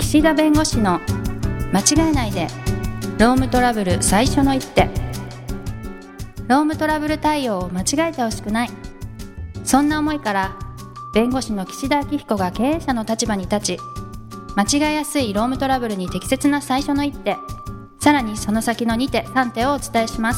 岸田弁護士の間違えないでロームトラブル最初の一手。ロームトラブル対応を間違えてほしくない、そんな思いから弁護士の岸田明彦が経営者の立場に立ち、間違えやすいロームトラブルに適切な最初の一手、さらにその先の2手3手をお伝えします。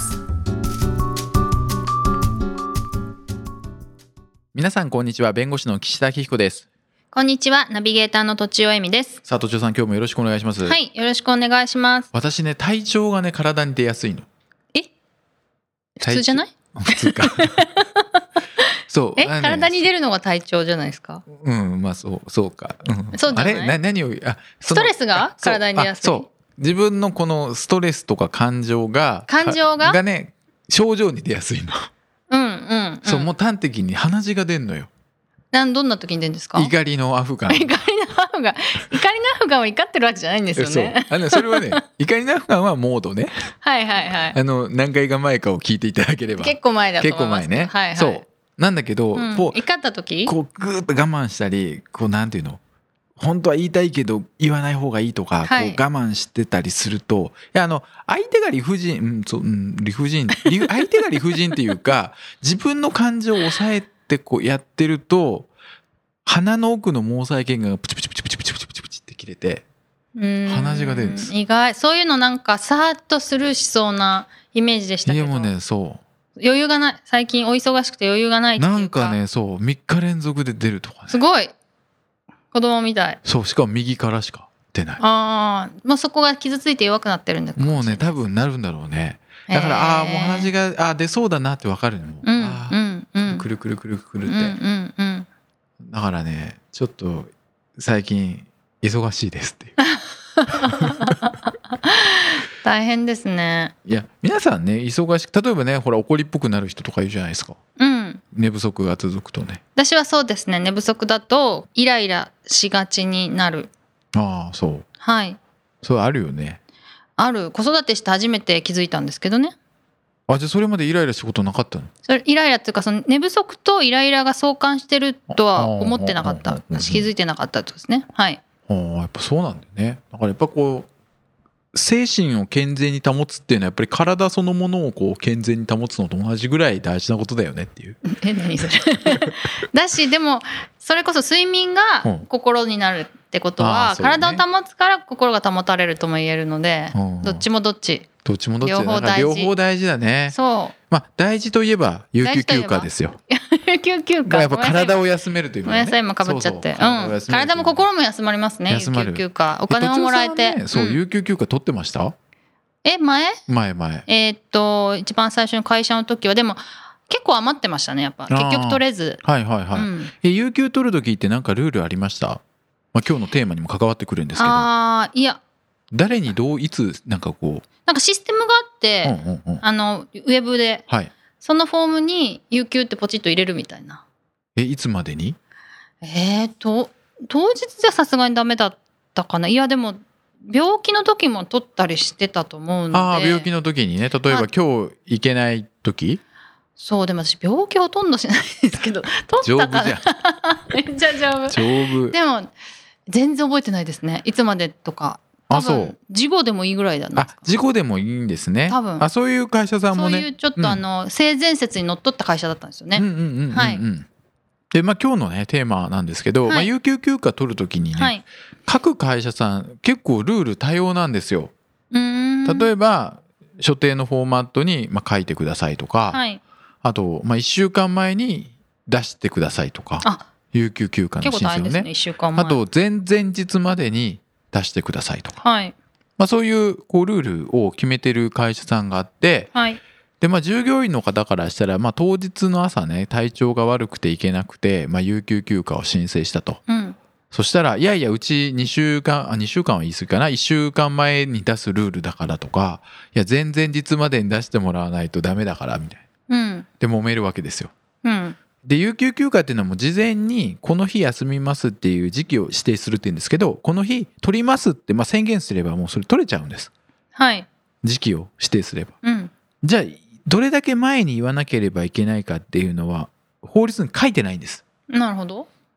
皆さんこんにちは。弁護士の岸田明彦です。 こんにちは。ナビゲーターのとちおえみです。 さあ、とちおさん、今日もよろしくお願いします。 はい、よろしくお願いします。 私ね、体調がね、体に出やすいの。 普通じゃない？ 普通かそう、 体に出るのが体調じゃないですか？ まあそうか、 そうじゃない？ あれ何をストレスが体に出やすい。 そう自分のこのストレスとか感情がね、症状に出やすいの。そう、もう端的に鼻血が出んのよ。どんな時に出るんですか？ 怒りのアフガン。 怒りのアフガンを怒ってるわけじゃないんですよね。 それはね、怒りのアフガンはモードね。 はいはいはい。 何回か前かを聞いていただければ。 結構前だと思います。 結構前ね。はいはい。そうなんだけど、 怒った時こうグーッと我慢したり、こうなんていうの、本当は言いたいけど言わない方がいいとか、こう我慢してたりすると、相手が理不尽、相手が理不尽っていうか、自分の感情を抑えてこうやってると、鼻の奥の毛細血管がプチプチプチプチプチプチプチプチって切れて、鼻血が出るんです。 意外。そういうのなんかさーっとスルーしそうなイメージでしたけど。 いやもうね、そう余裕がない。最近お忙しくて余裕がないっていうか。 なんかね、そう3日連続で出るとかね。 すごい。子供みたい。 そう、しかも右からしか出ない。 もうそこが傷ついて弱くなってるんだ。 もうね、多分なるんだろうね。だからもう鼻血が出そうだなって分かるの。くるくるくるくるって。だからね、ちょっと最近忙しいですっていう。 大変ですね。 いや、皆さんね、忙しく、例えばね、ほら怒りっぽくなる人とかいるじゃないですか。寝不足が続くとね。 私はそうですね。寝不足だとイライラしがちになる。 そう。 はい。 そうあるよね。 ある。子育てして初めて気づいたんですけどね。 じゃあそれまでイライラしたことなかったの？ それイライラっていうか、その寝不足とイライラが相関してるとは思ってなかった。気づいてなかったってことですね。はい。 やっぱそうなんだよね。だからやっぱこう精神を健全に保つっていうのはやっぱり体そのものをこう健全に保つのと同じぐらい大事なことだよねっていう。 何それだし、でもそれこそ睡眠が心になるってことは、体を保つから心が保たれるとも言えるので、どっちもどっち。両方大事だね。 そう。 大事といえば有給休暇ですよ。 有給休暇。 やっぱ体を休めるというね。お野菜もかぶっちゃって。体も心も休まりますね。有給休暇。お金ももらえて。 そう、有給休暇取ってました？前。 一番最初の会社の時はでも結構余ってましたね。やっぱ結局取れず。 有給取る時ってなんかルールありました？今日のテーマにも関わってくるんですけど。 いや。 誰にいつなんかシステムがあって、ウェブで、そのフォームに有給ってポチッと入れるみたいな。 いつまでに？ 当日じゃさすがにダメだったかな。いやでも病気の時も取ったりしてたと思うんで。 病気の時にね、例えば今日行けない時？ そう、でも私病気ほとんどしないですけど取ったかな。めっちゃ丈夫。でも全然覚えてないですね。いつまでとか。事故でもいいぐらいだな。 事故でもいいんですね。 多分。 そういう会社さんもね。 そういうちょっと性善説にのっとった会社だったんですよね。 で今日のねテーマなんですけど、有給休暇取るときにね、各会社さん結構ルール多様なんですよ。例えば所定のフォーマットに書いてくださいとか、あと1週間前に出してくださいとか、有給休暇の申請をね。 1週間前。 あと前々日までに出してくださいとか、そういうルールを決めてる会社さんがあって、で従業員の方からしたら、当日の朝ね体調が悪くて行けなくて、有給休暇を申請したと、そしたらいやうち2週間は言い過ぎかな、1週間前に出すルールだからとか、いや前々日までに出してもらわないとダメだからみたいな、で揉めるわけですよ。で有給休暇っていうのはもう事前にこの日休みますっていう時期を指定するって言うんですけど、この日取りますって宣言すればもうそれ取れちゃうんです。時期を指定すれば。じゃあどれだけ前に言わなければいけないかっていうのは法律に書いてないんです。 なるほど。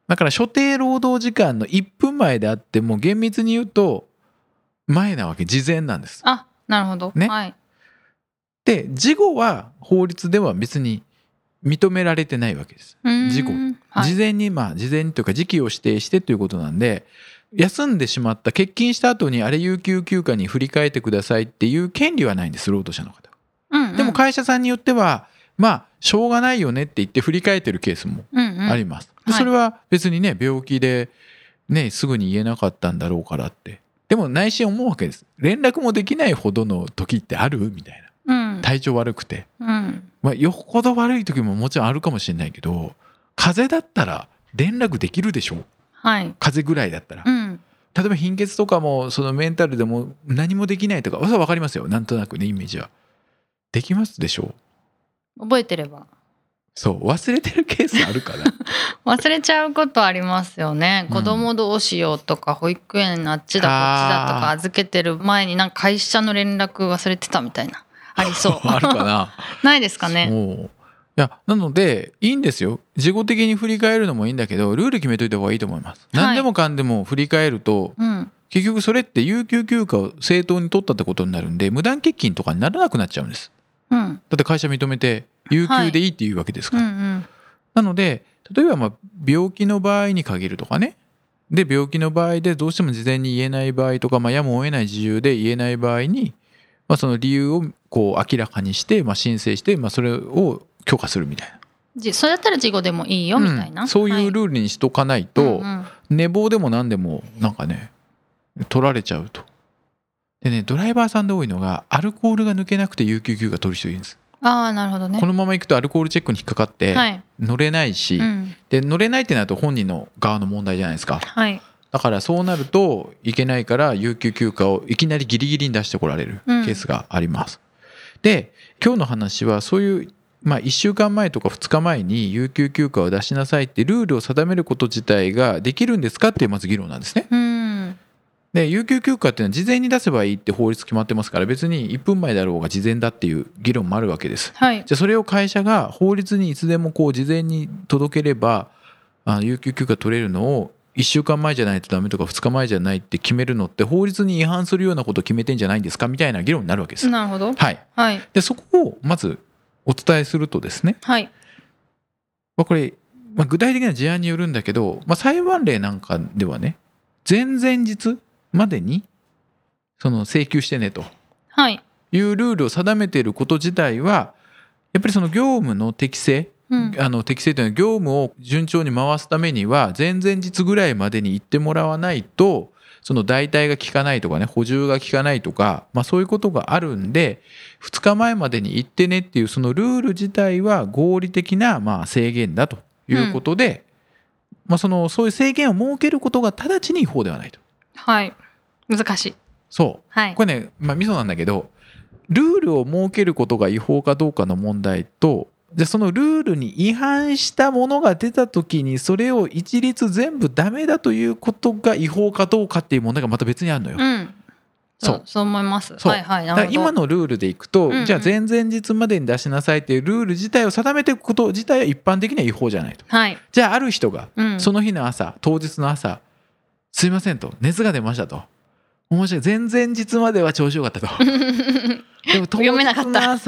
だから所定労働時間の1分前であっても厳密に言うと前なわけ、事前なんです。 あ、なるほど、 ね。 はい、 で事後は法律では別に認められてないわけです。事後、はい、事前に事前というか時期を指定してということなんで、休んでしまった欠勤した後にあれ有給休暇に振り替えてくださいっていう権利はないんです、労働者の方は。でも会社さんによってはしょうがないよねって言って振り替えてるケースもあります。でそれは別にね、病気でねすぐに言えなかったんだろうからって。でも内心思うわけです。連絡もできないほどの時ってあるみたいな、体調悪くて、よほど悪い時ももちろんあるかもしれないけど、風邪だったら連絡できるでしょ、はい、風邪ぐらいだったら、例えば貧血とかもそのメンタルでも何もできないとか、それは分かりますよ、なんとなくね、イメージはできますでしょう。 覚えてれば。 そう忘れてるケースあるから忘れちゃうことありますよね。子供どうしようとか、保育園あっちだこっちだとか預けてる前になんか会社の連絡忘れてたみたいな、ありそうあるかなないですかね。 いやなのでいいんですよ、事後的に振り返るのもいいんだけど、ルール決めといた方がいいと思います。何でもかんでも振り返ると、結局それって有給休暇を正当に取ったってことになるんで、無断欠勤とかにならなくなっちゃうんです。だって会社認めて有給でいいっていうわけですから、なので例えば病気の場合に限るとかね、で病気の場合でどうしても事前に言えない場合とか、やむを得ない事由で言えない場合に、その理由をこう明らかにして、申請して、それを許可するみたいな。 それだったら事後でもいいよみたいな、 そういうルールにしとかないと、寝坊でも何でもなんかね取られちゃうと。でね、ドライバーさんで多いのがアルコールが抜けなくて有給休暇取る人いるんです。 なるほどね。 このまま行くとアルコールチェックに引っかかって乗れないし、で乗れないってなると本人の側の問題じゃないですか、だからそうなるといけないから有給休暇をいきなりギリギリに出してこられるケースがあります。で今日の話はそういう1週間前とか2日前に有給休暇を出しなさいってルールを定めること自体ができるんですかっていうまず議論なんですね。で有給休暇っていうのは事前に出せばいいって法律決まってますから、別に1分前だろうが事前だっていう議論もあるわけです。じゃあそれを会社が法律にいつでもこう事前に届ければ有給休暇取れるのを1週間前じゃないとダメとか2日前じゃないって決めるのって法律に違反するようなことを決めてんじゃないんですかみたいな議論になるわけです。 なるほど。 でそこをまずお伝えするとですね、これ、具体的な事案によるんだけど、裁判例なんかではね、前々日までにその請求してねというルールを定めていること自体はやっぱりその業務の適正、適正というのは業務を順調に回すためには前々日ぐらいまでに行ってもらわないとその代替が効かないとかね、補充が効かないとか、そういうことがあるんで2日前までに行ってねっていうそのルール自体は合理的な制限だということで、そういう制限を設けることが直ちに違法ではないと。 難しい。 そう、これね、ミソなんだけど、ルールを設けることが違法かどうかの問題と、でそのルールに違反したものが出た時にそれを一律全部ダメだということが違法かどうかっていう問題がまた別にあるのよ。 そう思います。 だから今のルールでいくと、じゃあ前々日までに出しなさいっていうルール自体を定めていくこと自体は一般的には違法じゃないと。じゃあある人がその日の朝、当日の朝、すいませんと、熱が出ましたと、面白い、前々日までは調子よかったとでも当日の朝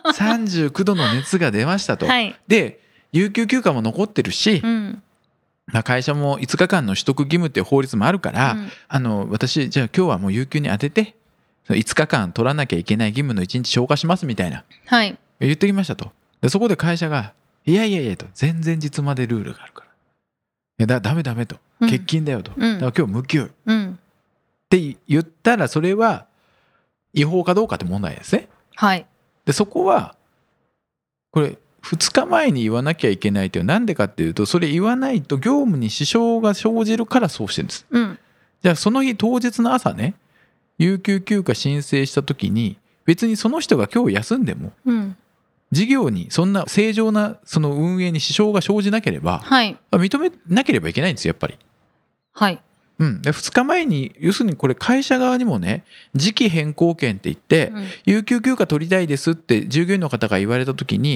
39度の熱が出ましたと、で有給休暇も残ってるし、会社も5日間の取得義務っていう法律もあるから、私じゃあ今日はもう有給に当てて5日間取らなきゃいけない義務の1日消化しますみたいな、言ってきましたと。でそこで会社がいやと、前々日までルールがあるからダメと、欠勤だよと、だから今日無給、って言ったらそれは違法かどうかって問題ですね。でそこはこれ2日前に言わなきゃいけないというのはなんでかっていうと、それ言わないと業務に支障が生じるからそうしてるんです。じゃあその日当日の朝ね、有給休暇申請した時に別にその人が今日休んでも、事業にそんな正常なその運営に支障が生じなければ、認めなければいけないんですよやっぱり。で2日前に要するにこれ会社側にもね、時期変更権って言って、有給休暇取りたいですって従業員の方が言われた時に、い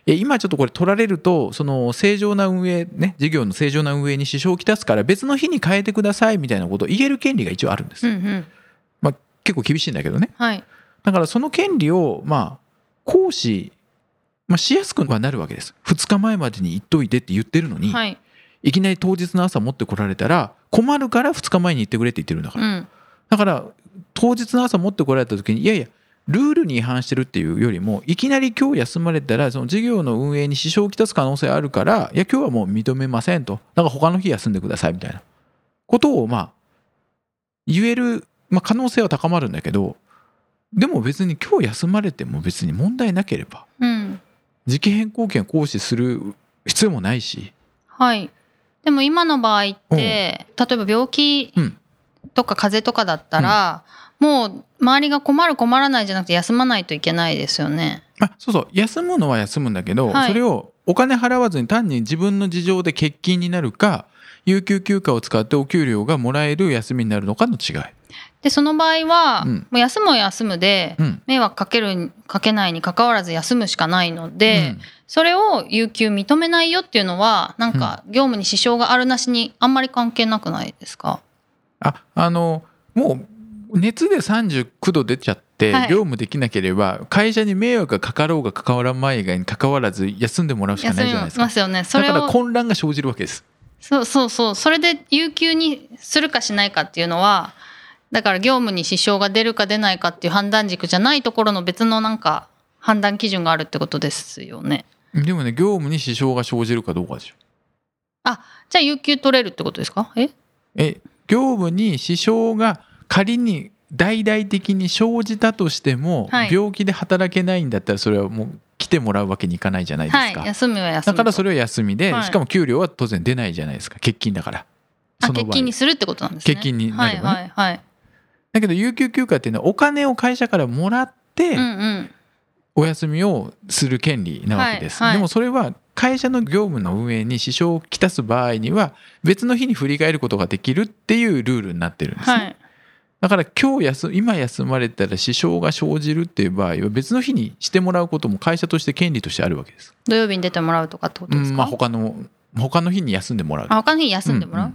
今ちょっとこれ取られるとその正常な運営ね、事業の正常な運営に支障をきたすから別の日に変えてくださいみたいなことを言える権利が一応あるんです、結構厳しいんだけどね、だからその権利を行使、しやすくはなるわけです。2日前までに言っといてって言ってるのに、いきなり当日の朝持ってこられたら困るから2日前に言ってくれって言ってるんだから、だから当日の朝持ってこられた時にいやいやルールに違反してるっていうよりも、いきなり今日休まれたらその事業の運営に支障をきたす可能性あるから、いや今日はもう認めませんと、だから他の日休んでくださいみたいなことを言える、可能性は高まるんだけど、でも別に今日休まれても別に問題なければ、時期変更権を行使する必要もないし、 でも今の場合って、例えば病気とか風邪とかだったら、もう周りが困る困らないじゃなくて休まないといけないですよね。 そう休むのは休むんだけど、それをお金払わずに単に自分の事情で欠勤になるか、有給休暇を使ってお給料がもらえる休みになるのかの違いで、その場合は、もう休むは休むで、迷惑かけるかけないに関わらず休むしかないので、それを有給認めないよっていうのはなんか業務に支障があるなしにあんまり関係なくないですか？ もう熱で39度出ちゃって業務できなければ、会社に迷惑がかかろうがかからないがにかかわらず休んでもらうしかないじゃないですか。 ますよね。それをだから混乱が生じるわけです。 それで有給にするかしないかっていうのは、だから業務に支障が出るか出ないかっていう判断軸じゃないところの別のなんか判断基準があるってことですよね。 でもね、業務に支障が生じるかどうかでしょ。 じゃあ有給取れるってことですか？ 業務に支障が仮に大々的に生じたとしても、病気で働けないんだったらそれはもう来てもらうわけにいかないじゃないですか。 休みは休み。 だからそれは休みで、しかも給料は当然出ないじゃないですか。欠勤だから。 欠勤にするってことなんですね。 欠勤になればね。だけど有給休暇っていうのはお金を会社からもらってお休みをする権利なわけです。でもそれは会社の業務の運営に支障をきたす場合には別の日に振り返ることができるっていうルールになってるんですね。だから今休まれたら支障が生じるっていう場合は別の日にしてもらうことも会社として権利としてあるわけです。 土曜日に出てもらうとかってことですか？ 他の日に休んでもらう。 他の日に休んでもらう。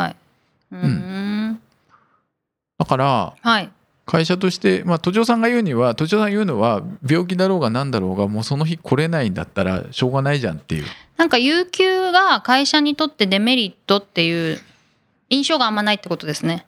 だから、会社として、都庁さんが言うのは病気だろうが何だろうがもうその日来れないんだったらしょうがないじゃんっていう。 なんか有給が会社にとってデメリットっていう印象があんまないってことですね。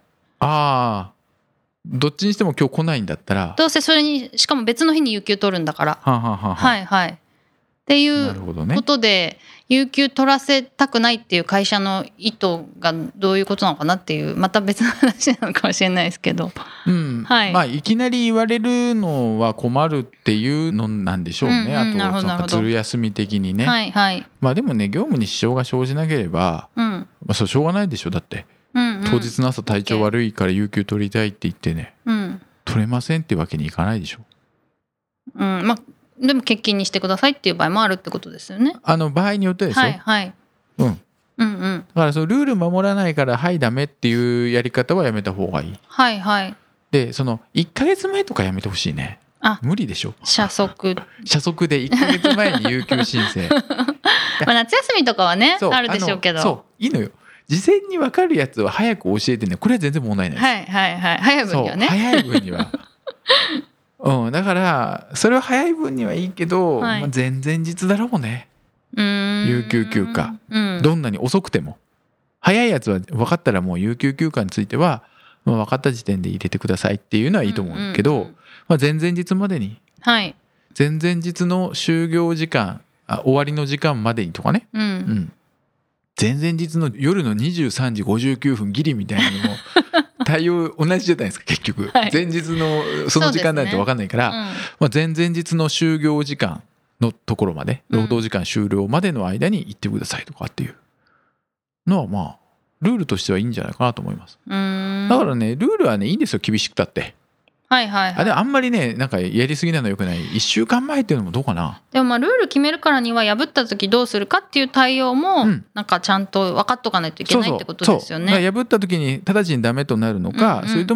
どっちにしても今日来ないんだったら、 どうせそれにしかも別の日に有給取るんだからっていうことで、有給取らせたくないっていう会社の意図がどういうことなのかなっていう、また別の話なのかもしれないですけど、 いきなり言われるのは困るっていうのなんでしょうね。あとずる休み的にね。でもね、業務に支障が生じなければ、それしょうがないでしょ。だって当日の朝体調悪いから有給取りたいって言ってね、取れませんってわけにいかないでしょ。 でも欠勤にしてくださいっていう場合もあるってことですよね。 場合によってですよ。だからそのルール守らないからダメっていうやり方はやめた方がいい。でその1ヶ月前とかやめてほしいね。無理でしょ。 社則で1ヶ月前に有給申請夏休みとかはねあるでしょうけど、 いいのよ。事前に分かるやつは早く教えてね。これは全然問題ないです。 早い分にはね。 早い分にはだからそれは早い分にはいいけど、前々日だろうね。有給休暇、どんなに遅くても早いやつは分かったらもう有給休暇については、分かった時点で入れてくださいっていうのはいいと思うけど、前々日までに、前々日の就業時間終わりの時間までにとかね、前々日の夜の23時59分ギリみたいなのも対応同じじゃないですか結局、前日のその時間なんて分かんないから、前々日の就業時間のところまで、労働時間終了までの間に行ってくださいとかっていうのはルールとしてはいいんじゃないかなと思います。だからね、ルールはねいいんですよ、厳しくたって。であんまりねなんかやりすぎなのよくない。1週間前っていうのもどうかな。 でもルール決めるからには破った時どうするかっていう対応もなんかちゃんと分かっとかないといけないってことですよね。 破った時に直ちにダメとなるのか、それとも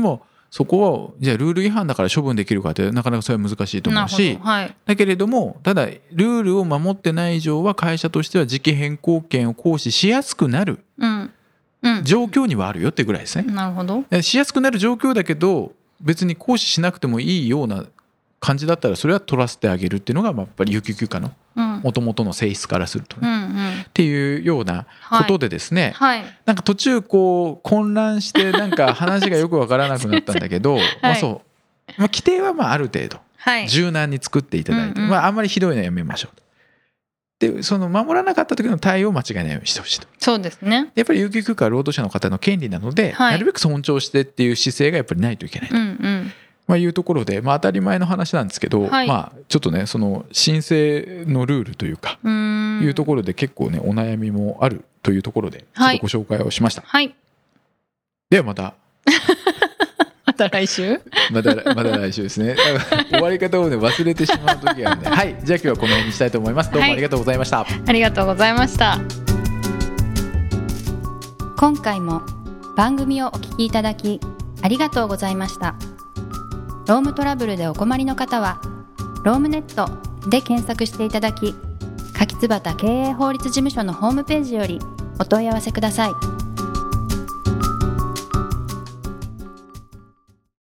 そこはじゃあルール違反だから処分できるかってなかなかそれは難しいと思うし、 はい、 だけれどもただルールを守ってない以上は会社としては時期変更権を行使しやすくなる状況にはあるよってぐらいですね。 なるほど。 しやすくなる状況だけど別に行使しなくてもいいような感じだったらそれは取らせてあげるっていうのがやっぱり有給休暇のもともとの性質からすると、っていうようなことでですね、 はい、 なんか途中こう混乱してなんか話がよくわからなくなったんだけど、はい、規定はまあある程度柔軟に作っていただいて、あんまりひどいのはやめましょうと。でその守らなかった時の対応を間違いないようにしてほしいと。 そうですね。 やっぱり有給休暇は労働者の方の権利なので、なるべく尊重してっていう姿勢がやっぱりないといけないと、いうところで、当たり前の話なんですけど、ちょっとねその申請のルールというかいうところで結構ねお悩みもあるというところでちょっとご紹介をしました。 はい、 ではまたまた来週また来週ですね。終わり方をね忘れてしまう時があるんで、はい、じゃあ今日はこの辺にしたいと思います。どうもありがとうございました。 ありがとうございました。今回も番組をお聞きいただきありがとうございました。ロームトラブルでお困りの方はロームネットで検索していただき、柿椿経営法律事務所のホームページよりお問い合わせください。